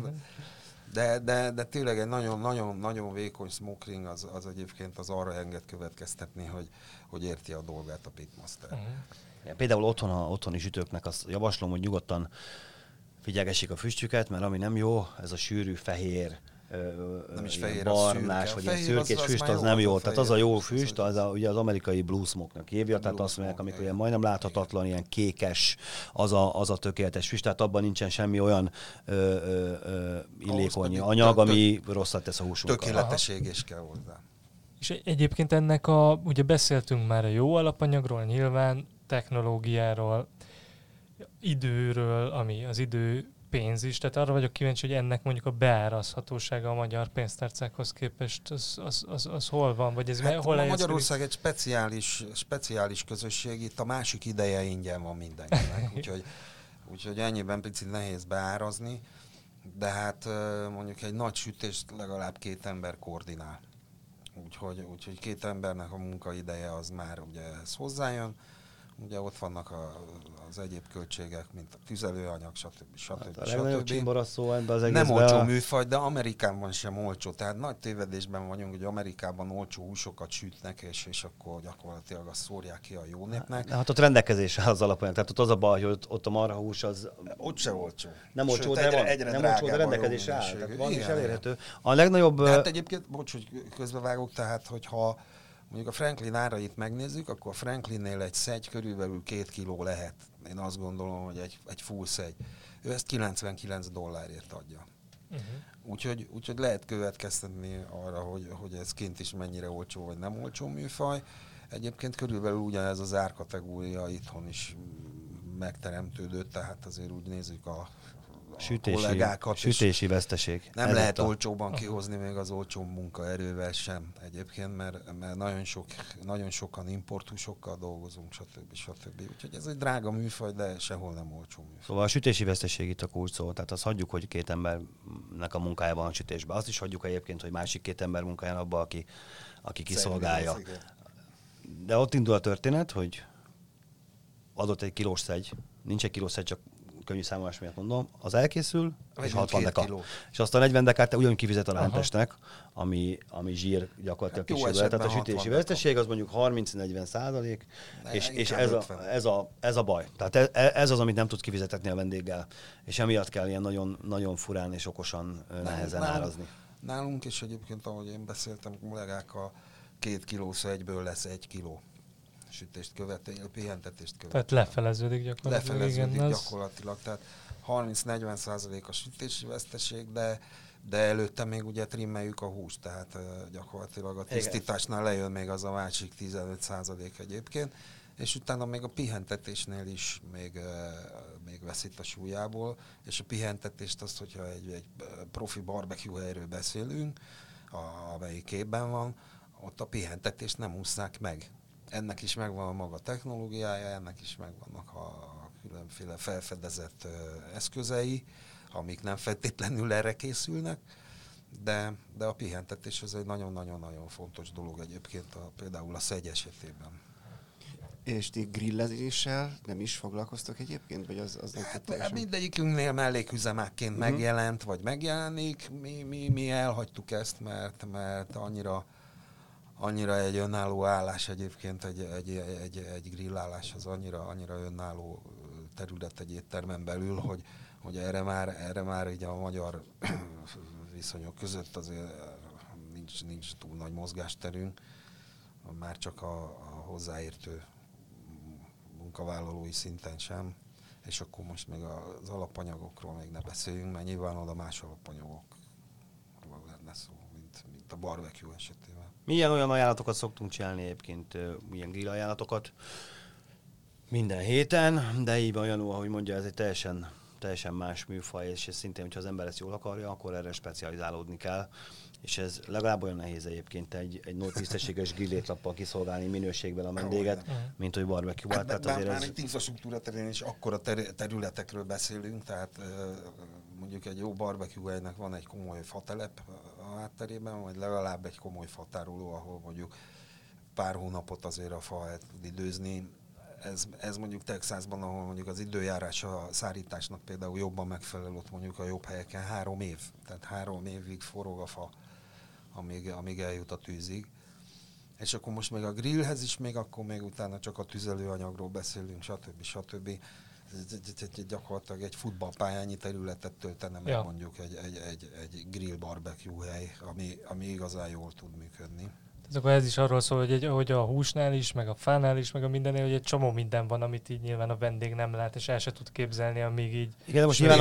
De tényleg egy nagyon vékony smoking az egyébként az arra enged következtetni, hogy érti a dolgát a pitmaster. Például otthoni sütőknek azt javaslom, hogy nyugodtan figyelgessék a füstjüket, mert ami nem jó, ez a sűrű, fehér, nem is fehér, barnás, vagy ilyen szürkés füst, az nem jó. Tehát az a jó füst, ugye az amerikai blue smoke-nak hívja, tehát azt mondják, amikor ilyen majdnem láthatatlan, ilyen kékes, az a tökéletes füst, tehát abban nincsen semmi olyan illékony anyag, ami rosszat tesz a húsunkkal. Tökéletes égés kell hozzá. És egyébként ennek ugye beszéltünk már a jó alapanyagról, nyilván technológiáról, időről, ami az idő pénz is, tehát arra vagyok kíváncsi, hogy ennek mondjuk a beárazhatósága a magyar pénztárcákhoz képest, az hol van? Vagy ez hol Magyarország egy speciális közösség, itt a másik ideje ingyen van mindenkinek, úgyhogy ennyiben picit nehéz beárazni, de hát mondjuk egy nagy sütést legalább 2 ember koordinál. Úgyhogy 2 embernek a munkaideje az már ugye ez hozzájön. Ugye ott vannak az egyéb költségek, mint a tüzelőanyag, stb. Hát a legnagyobb csimboraszó ebben az egészben. Nem olcsó műfaj, de Amerikában sem olcsó. Tehát nagy tévedésben vagyunk, hogy Amerikában olcsó húsokat sütnek, és akkor gyakorlatilag azt szórják ki a jó népnek. Hát ott rendelkezés az alapanyag. Tehát ott az a baj, hogy ott a marhahús az... Ott se olcsó. Nem olcsó, de van. Nem olcsó, de rendelkezésre áll. Tehát van is elérhető. A legnagyobb... De hát egyébként, bocs, hogy közbevágok, tehát hogyha mondjuk a Franklin árait megnézzük, akkor a Franklinnél egy szegy körülbelül 2 kiló lehet. Én azt gondolom, hogy egy full szegy. Ő ezt $99 adja. Úgyhogy lehet következtetni arra, hogy ez kint is mennyire olcsó vagy nem olcsó műfaj. Egyébként körülbelül ugyanez az árkategória itthon is megteremtődött, tehát azért úgy nézzük a kollégákat. Sütési veszteség. Nem lehet olcsóban kihozni még az olcsó munkaerővel sem egyébként, mert nagyon sokan importhúsokkal dolgozunk, stb. Úgyhogy ez egy drága műfaj, de sehol nem olcsó műfaj. Szóval a sütési veszteség itt a kulcs szó, tehát azt hagyjuk, hogy 2 embernek a munkája van a sütésben. Azt is hagyjuk egyébként, hogy másik 2 ember munkája abban, aki kiszolgálja. De ott indul a történet, hogy adott egy kilós szegy, nincs egy kilós szegy, csak könnyű számolás miatt mondom, az elkészül, és 60 deka. És azt a 40 dekát te ugyanúgy kifizet a rántesnek, ami zsír gyakorlatilag kísérlet. Tehát a sütési veszteség az mondjuk 30-40%, és ez a baj. Tehát ez az, amit nem tudsz kifizetetni a vendéggel, és emiatt kell ilyen nagyon, nagyon furán és okosan nehezen árazni. Nálunk is egyébként, ahogy én beszéltem kollégákkal, 2 kiló szegyből lesz 1 kiló sütést pihentetést követően. Tehát lefeleződik gyakorlatilag. Tehát 30-40% a sütési veszteség, de előtte még ugye trimmeljük a húst, tehát gyakorlatilag a tisztításnál lejön még az a másik 15% egyébként, és utána még a pihentetésnél is még veszít a súlyából, és a pihentetést azt, hogyha egy profi barbecue helyről beszélünk, amelyik képben van, ott a pihentetést nem ússzák meg. Ennek is megvan a maga technológiája, ennek is megvannak a különféle felfedezett eszközei, amik nem feltétlenül erre készülnek, de a pihentetés az egy nagyon-nagyon-nagyon fontos dolog egyébként például a szegy esetében. És ti grillezéssel nem is foglalkoztok egyébként? Vagy az hát mindegyikünknél melléküzemákként megjelent, vagy megjelenik. Mi elhagytuk ezt, mert annyira egy önálló állás egyébként, egy grillálás az annyira önálló terület egy éttermen belül, hogy erre már így a magyar viszonyok között azért nincs túl nagy mozgásterünk, már csak a hozzáértő munkavállalói szinten sem, és akkor most még az alapanyagokról még ne beszéljünk, mert nyilván oda más alapanyagokról lenne szó, mint a barbecue esetében. Milyen olyan ajánlatokat szoktunk csinálni egyébként, ilyen grill ajánlatokat minden héten, de így olyan, ahogy mondja, ez egy teljesen más műfaj, és szintén, hogyha az ember ezt jól akarja, akkor erre specializálódni kell. És ez legalább olyan nehéz egyébként egy nagy tisztességes grillétlappal kiszolgálni minőségben a vendéget, mint hogy barbecue-val. Tehát azért már itt infrastruktúra terén is akkora területekről beszélünk, tehát mondjuk egy jó barbecue helynek van egy komoly fatelep a hátterében, vagy legalább egy komoly fatároló, ahol mondjuk pár hónapot azért a fa el tud időzni. Ez mondjuk Texasban, ahol mondjuk az időjárás a szárításnak például jobban megfelel, ott mondjuk a jobb helyeken 3 év. Tehát 3 évig forog a fa, amíg eljut a tűzig. És akkor most még a grillhez is, akkor még utána csak a tüzelőanyagról beszélünk, stb. Gyakorlatilag egy futballpályányi területet töltene meg mondjuk egy grill barbecue hely, ami igazán jól tud működni. Tehát akkor ez is arról szól, hogy a húsnál is, meg a fánál is, meg a mindennél, hogy egy csomó minden van, amit így nyilván a vendég nem lát, és el se tud képzelni, amíg így... Igen, de most nyilván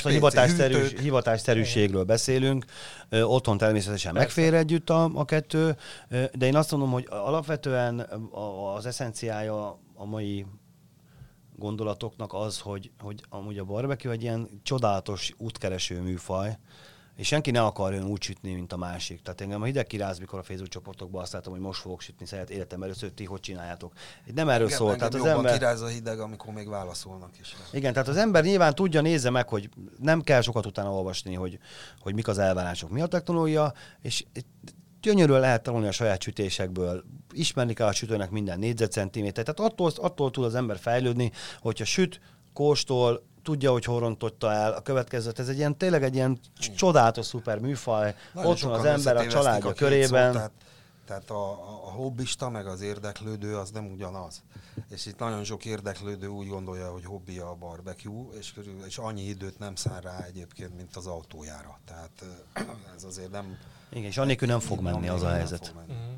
a hivatásszerűségről beszélünk. Otthon természetesen megfér együtt a kettő, de én azt mondom, hogy alapvetően az eszenciája a mai gondolatoknak az, hogy amúgy a barbecue egy ilyen csodálatos útkereső műfaj, és senki ne akarjon úgy sütni, mint a másik. Tehát engem a hideg kiráz, mikor a Facebook csoportokban azt látom, hogy most fogok sütni, életem először, ti hogy csináljátok. Nem erről szól. Tehát az ember kiráz a hideg, amikor még válaszolnak is. Igen, tehát az ember nyilván tudja, nézze meg, hogy nem kell sokat utána olvasni, hogy mik az elvárások, mi a technológia, és gyönyörűen lehet tanulni a saját sütésekből, ismerni kell a sütőnek minden négyzetcentimétert. Tehát attól tud az ember fejlődni, hogyha süt, kóstol, tudja, hogy hol rontotta el a következőt. Ez tényleg egy ilyen csodálatos, szuper műfaj. Ott van az ember a családja körében. Tehát a hobbista meg az érdeklődő az nem ugyanaz. És itt nagyon sok érdeklődő úgy gondolja, hogy hobbija a barbecue, és annyi időt nem szán rá egyébként, mint az autójára. Tehát ez azért nem... Igen, és annélkül nem fog menni az a helyzet.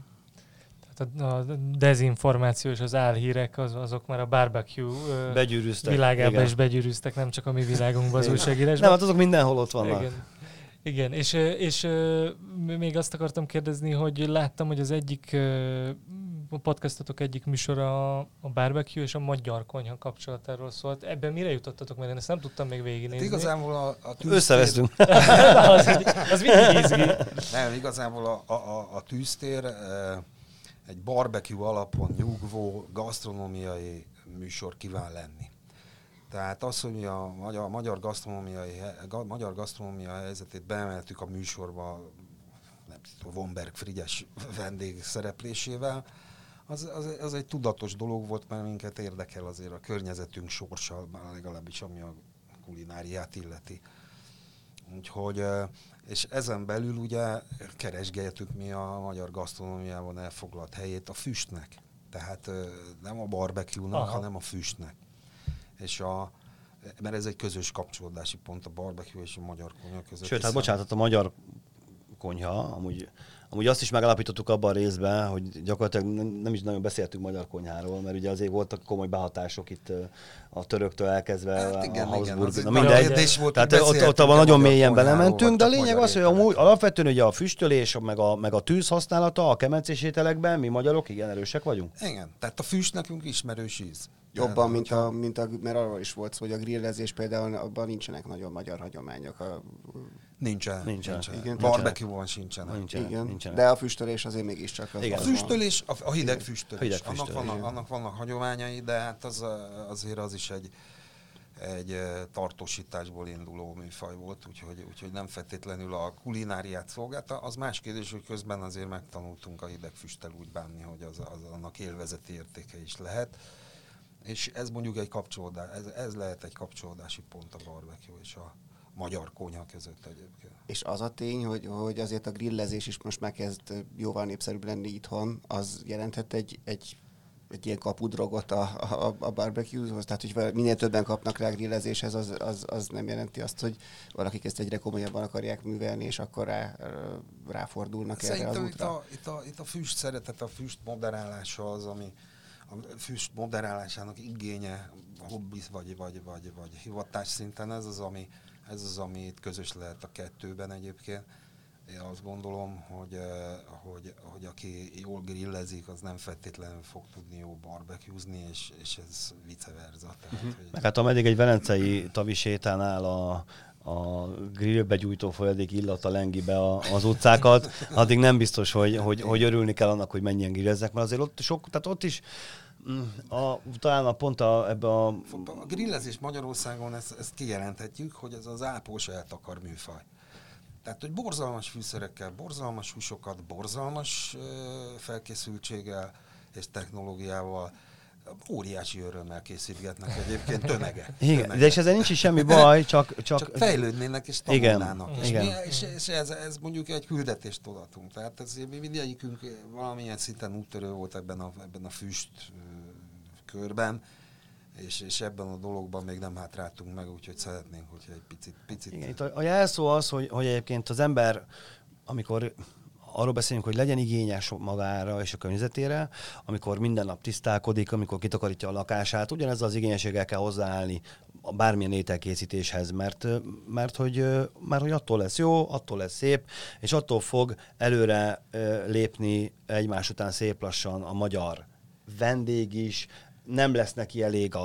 A dezinformáció és az álhírek azok már a barbecue világában is begyűrűztek, nem csak a mi világunkban az újságírásban. Nem, hát azok mindenhol ott vannak. Igen. Igen, és még azt akartam kérdezni, hogy láttam, hogy az egyik podcastotok egyik műsora a barbecue és a magyar konyha kapcsolatáról szólt. Ebben mire jutottatok, mert én ezt nem tudtam még végignézni. Hát igazából a tűztér... Összevesztünk. az mindig izgi. Nem, igazából a tűztér egy barbecue alapon nyugvó gasztronómiai műsor kíván lenni. Tehát az, hogy a magyar gasztronómia helyzetét beemeltük a műsorba, nem tudom, Womberg Frigyes vendég szereplésével, az egy tudatos dolog volt, mert minket érdekel azért a környezetünk sorsa, legalábbis ami a kulináriát illeti. Úgyhogy, és ezen belül ugye keresgéltük mi a magyar gasztronómiában elfoglalt helyét a füstnek. Tehát nem a barbecue-nak, hanem a füstnek. És mert ez egy közös kapcsolódási pont a barbecue és a magyar konyha között. Sőt, hát bocsánat, a magyar konyha, amúgy azt is megalapítottuk abban a részben, hogy gyakorlatilag nem is nagyon beszéltünk magyar konyháról, mert ugye azért voltak komoly behatások itt a töröktől elkezdve, hát igen, a Habsburg, igen, mindegy. Tehát ott nagyon mélyen belementünk, de a lényeg az, hogy amúgy alapvetően ugye a füstölés, meg a tűz használata a kemencés ételekben, mi magyarok igen erősek vagyunk. Igen, tehát a füst nekünk ismerős íz. Jobban, mert arról is volt szó, hogy a grillezés például abban nincsenek nagyon magyar hagyományok. Nincsen. Igen, Barbecue-ban sincsenek. Nincsenek. De a füstölés azért mégiscsak az. A füstölés, a hideg füstölés. Füstölés. Annak vannak hagyományai, de hát azért az is egy tartósításból induló műfaj volt, úgyhogy nem feltétlenül a kulináriát szolgálta. Az más kérdés, hogy közben azért megtanultunk a hideg füsttel úgy bánni, hogy az annak élvezeti értéke is lehet. És ez mondjuk egy kapcsolódás, ez lehet egy kapcsolódási pont a barbecue és a magyar konyha között egyébként. És az a tény, hogy azért a grillezés is most már kezd jóval népszerűbb lenni itthon, az jelenthet egy ilyen kapudrogot a barbecue-hoz? Tehát, hogy minél többen kapnak rá grillezéshez, az nem jelenti azt, hogy valakik ezt egyre komolyabban akarják művelni, és akkor ráfordulnak szerintem erre az útra? Itt a füst szeretet, a füst moderálása az, ami a füst moderálásának igénye, hobbiz vagy hivatás szinten, ez az, ami itt közös lehet a kettőben egyébként. Én azt gondolom, hogy aki jól grillezik, az nem feltétlenül fog tudni jó barbecuezni, és ez vice versa. Meg hát ameddig egy velencei tavi sétánál a grillbe gyújtó folyadék illata lengi be az utcákat, addig nem biztos, hogy örülni kell annak, hogy mennyien grilleznek, mert azért ott sok, tehát ott is talán pont ebbe a grillezés Magyarországon, ezt kijelenthetjük, hogy ez az ápós eltakar műfaj. Tehát, hogy borzalmas fűszerekkel, borzalmas húsokat, borzalmas felkészültséggel és technológiával óriási örömmel készítgetnek egyébként tömege. Igen, de és ezzel nincs is semmi baj, csak fejlődnének és tanulnának. Igen. És ez mondjuk egy küldetést-tudatunk. Tehát mi mindegyikünk valamilyen szinten úttörő volt ebben a füst körben, és ebben a dologban még nem hátráltunk meg, úgyhogy szeretnénk, hogyha egy picit... Igen, itt a jelszó az, hogy egyébként az ember, amikor arról beszélünk, hogy legyen igényes magára és a környezetére, amikor minden nap tisztálkodik, amikor kitakarítja a lakását, ugyanezzel az igényességgel kell hozzáállni bármilyen ételkészítéshez, mert hogy attól lesz jó, attól lesz szép, és attól fog előre lépni egymás után szép lassan a magyar vendég is, nem lesz neki elég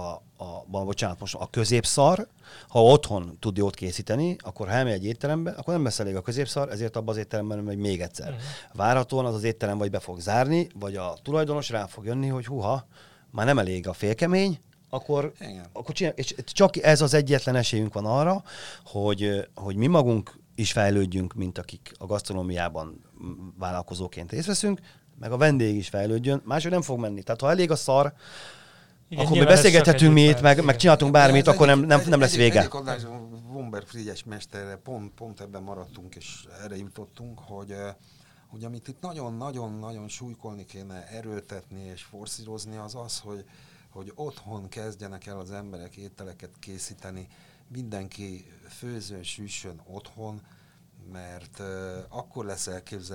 a középszar. Ha otthon tud jót készíteni, akkor ha elmegy egy étterembe, akkor nem lesz elég a középszar, ezért abban az étteremben megy még egyszer. Várhatóan az étterem vagy be fog zárni, vagy a tulajdonos rá fog jönni, hogy már nem elég a félkemény, akkor csinálj. És csak ez az egyetlen esélyünk van arra, hogy mi magunk is fejlődjünk, mint akik a gasztronómiában vállalkozóként részt veszünk, meg a vendég is fejlődjön, máshogy nem fog menni. Tehát ha elég a szar, igen, akkor mi beszélgethetünk mi itt, meg csináltunk bármit, akkor nem lesz vége. Egyik adásban Womberg Frigyes mesterre pont ebben maradtunk, és erre jutottunk, hogy amit itt nagyon-nagyon súlykolni kéne, erőltetni és forszírozni, az, hogy otthon kezdjenek el az emberek ételeket készíteni, mindenki főzön, süssön otthon, mert akkor lesz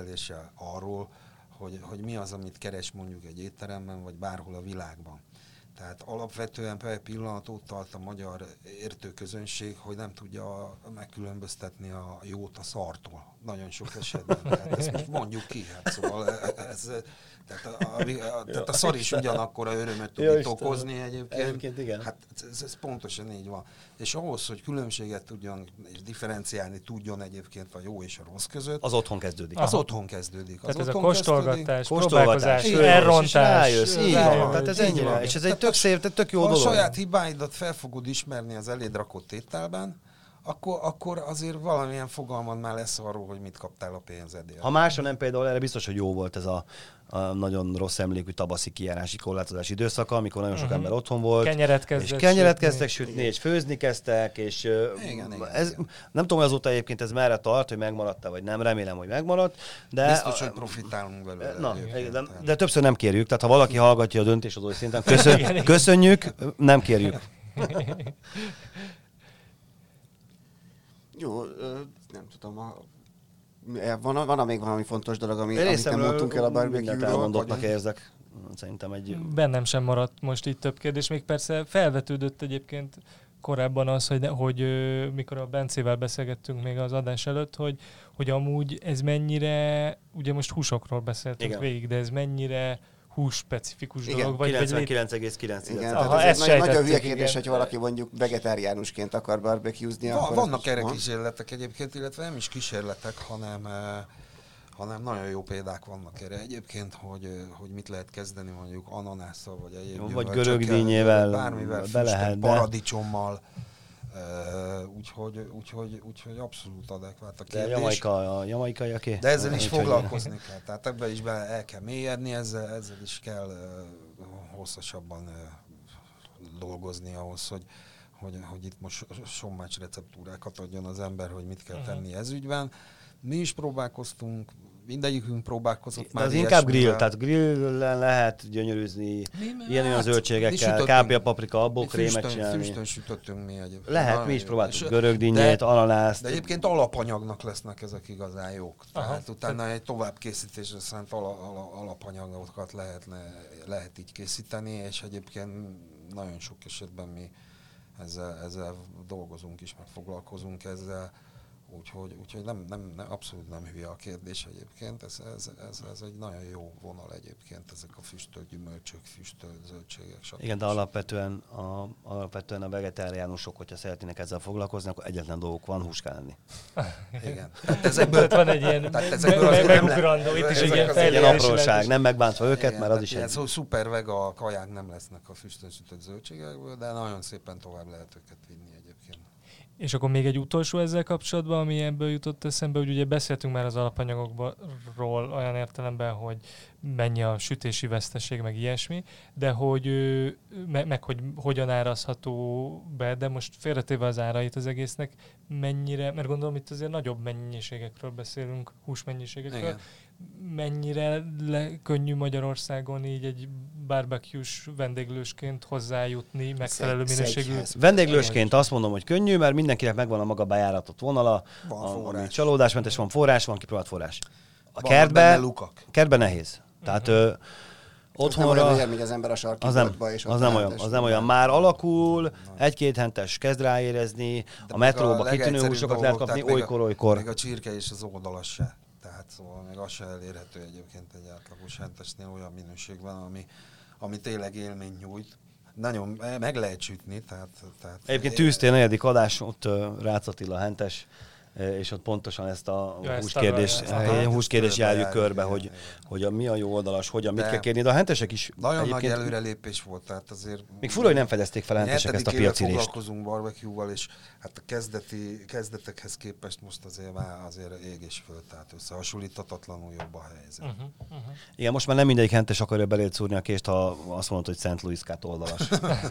elképzelése arról, hogy mi az, amit keres mondjuk egy étteremben, vagy bárhol a világban. Tehát alapvetően per pillanat ott tart a magyar értőközönség, hogy nem tudja megkülönböztetni a jót a szartól. Nagyon sok esetben. Tehát ezt most mondjuk ki. Hát szóval tehát a szar is ugyanakkor örömet tud itt okozni egyébként. Igen. Hát ez pontosan így van. És ahhoz, hogy különbséget tudjon és differenciálni tudjon egyébként a jó és a rossz között. Az otthon kezdődik. Az otthon kezdődik. Tehát ez a kóstolgatás, próbálkozás, igen, elrontás. Rájössz, így van. Tehát ez ennyire. És ez egy tök szép, tök jó dolog. Ha a saját hibáidat fel fogod ismerni az eléd rakott ételben, akkor azért valamilyen fogalmad már lesz arról, hogy mit kaptál a pénzedért. Ha másra nem, például erre biztos, hogy jó volt ez a nagyon rossz emlékű tavaszi kijárási korlátozási időszaka, amikor nagyon sok ember otthon volt. Kenyeret kezdtek sütni, és főzni kezdtek, és igen. nem tudom, hogy azóta egyébként ez merre tart, hogy megmaradt-e, vagy nem, remélem, hogy megmaradt. De biztos, hogy profitálunk belőle. De többször nem kérjük, tehát ha valaki hallgatja a döntéshozói szinten, köszönjük, nem kérjük. Jó, nem tudom, van még valami fontos dolog, amit nem mondtunk el a barbecue-ról? Elmondottnak érzek. Szerintem Bennem sem maradt most így több kérdés. Még persze felvetődött egyébként korábban az, hogy mikor a Bencével beszélgettünk még az adás előtt, hogy amúgy ez mennyire, ugye most húsokról beszéltünk végig, de ez mennyire hús-specifikus dolog. 99,9. Igen, ez egy nagyon hülye kérdés, hogy valaki mondjuk vegetáriánusként akar barbecue-zni. Vannak erre kísérletek egyébként, illetve nem is kísérletek, hanem nagyon jó példák vannak erre egyébként, hogy mit lehet kezdeni mondjuk ananásszal, vagy egyéb vagy görögdínyével, bármivel, füstöt, paradicsommal. Úgyhogy abszolút adekvát a kérdés. A jamaikaiaké. De ezzel is foglalkozni kell. Tehát ebben is el kell mélyedni, ezzel is kell hosszasabban dolgozni ahhoz, hogy itt most sommács receptúrákat adjon az ember, hogy mit kell tenni ez ügyben. Mi is próbálkoztunk, mindegyikünk próbálkozott már. De az inkább grill, tehát grillen lehet gyönyörűzni, ilyen zöldségekkel, kápia, paprika, abból krémet csinálni. Füstön sütöttünk mi egyébként. Lehet, mi is próbáltuk görögdínyét, ananászt. De egyébként alapanyagnak lesznek ezek igazán jók. Tehát utána egy továbbkészítésre szánt alapanyagokat lehet így készíteni, és egyébként nagyon sok esetben mi ezzel dolgozunk is, meg foglalkozunk ezzel. Úgyhogy abszolút nem hülye a kérdés egyébként, ez egy nagyon jó vonal egyébként, ezek a füstölt gyümölcsök, füstölt zöldségek, stb. Igen, de alapvetően a vegetáriánusok, hogyha szeretnének ezzel foglalkozni, akkor egyetlen dolgok van, hús kell enni. Igen. Tehát ezekből van egy ilyen megugrandó, itt is egy ilyen fejlődési apróság, nem megbántva őket, igen, mert az is egy... Szóval szuper vega kaják nem lesznek a füstölt sütött zöldségekből, de nagyon szépen tovább lehet őket vinni egyébként. És akkor még egy utolsó ezzel kapcsolatban, ami ebből jutott eszembe, hogy ugye beszéltünk már az alapanyagokról olyan értelemben, hogy mennyi a sütési veszteség, meg ilyesmi, de hogy hogy hogyan árazható be, de most félretéve az árait az egésznek, mennyire, mert gondolom itt azért nagyobb mennyiségekről beszélünk, húsmennyiségekről, igen. Mennyire könnyű Magyarországon így egy barbecue-s vendéglősként hozzájutni megfelelő minőségű? Vendéglősként azt mondom, hogy könnyű, mert mindenkinek megvan a maga bejáratott vonala, ami csalódásmentes, van forrás, van kipróbált forrás. A kertben nehéz. Tehát otthonra... Az nem olyan, az ember a sarkítóba és az nem olyan. Már alakul, egy-két hentes kezd ráérezni, a metróba kitűnő húsokat lehet kapni olykor. Még a csirke és az oldalas se. Tehát szóval még az se elérhető egyébként egy átlagos hentesnél olyan minőségben, ami tényleg élményt nyújt. Nagyon meg lehet sütni. Tehát egyébként tűztél 4. adás, ott Rácz Attila hentes, és ott pontosan ezt a húskérdést járjuk körbe, hogy mi a jó oldalas, hogyan, mit kell kérni, de a hentesek is... Nagyon nagy előrelépés volt, tehát azért... Még fura, hogy nem fedezték fel a hentesek ezt a piacirést. Foglalkozunk barbecue-val, és hát a kezdetekhez képest most azért ég és föld, tehát összehasonlítatatlanul jobb a helyzet. Igen, most már nem mindegyik hentes akarja beléd szúrni a kést, ha azt mondod, hogy Szent Louis-kát oldalas.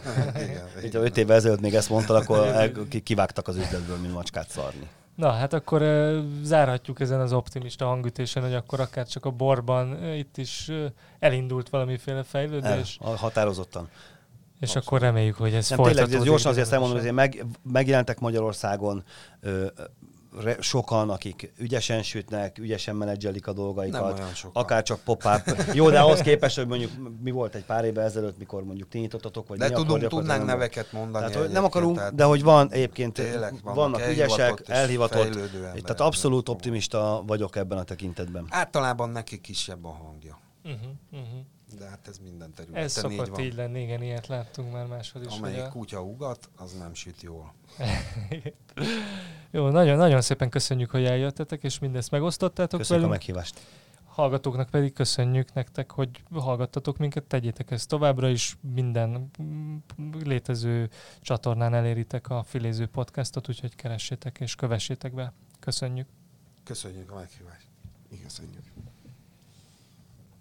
Igen. 5 évvel ezelőtt még ezt mondtad, akkor kivágtak az üzletből, mint macskát szarni. Na, hát akkor zárhatjuk ezen az optimista hangütésen, hogy akkor akár csak a borban itt is elindult valamiféle fejlődés. Határozottan. És abszolút. Akkor reméljük, hogy ez folytatódik. Tényleg, gyorsan azért elmondom, hogy megjelentek Magyarországon sokan, akik ügyesen sütnek, ügyesen menedzselik a dolgaikat. Nem olyan sokan. Akár csak pop-up. Jó, de ahhoz képest, hogy mondjuk mi volt egy pár évvel ezelőtt, mikor mondjuk ti nyitottatok, vagy de mi akkor tudnánk neveket mondani. Tehát, nem akarunk, de hogy van egyébként, vannak ügyesek, elhivatott, tehát abszolút optimista vagyok ebben a tekintetben. Általában neki kisebb a hangja. Uh-huh. De hát ez minden területen Ez szokott van. így lenni, igen, ilyet láttunk már máshol is. Amelyik kutya ugat, az nem süt jól. Jó, nagyon szépen köszönjük, hogy eljöttetek, és mindezt megosztottátok Köszönjük velünk. a meghívást. Hallgatóknak pedig köszönjük nektek, hogy hallgattatok minket, tegyétek ezt továbbra is, minden létező csatornán eléritek a Filéző podcastot, úgyhogy keressétek és kövessétek be. Köszönjük. Köszönjük a meghívást. Köszönjük.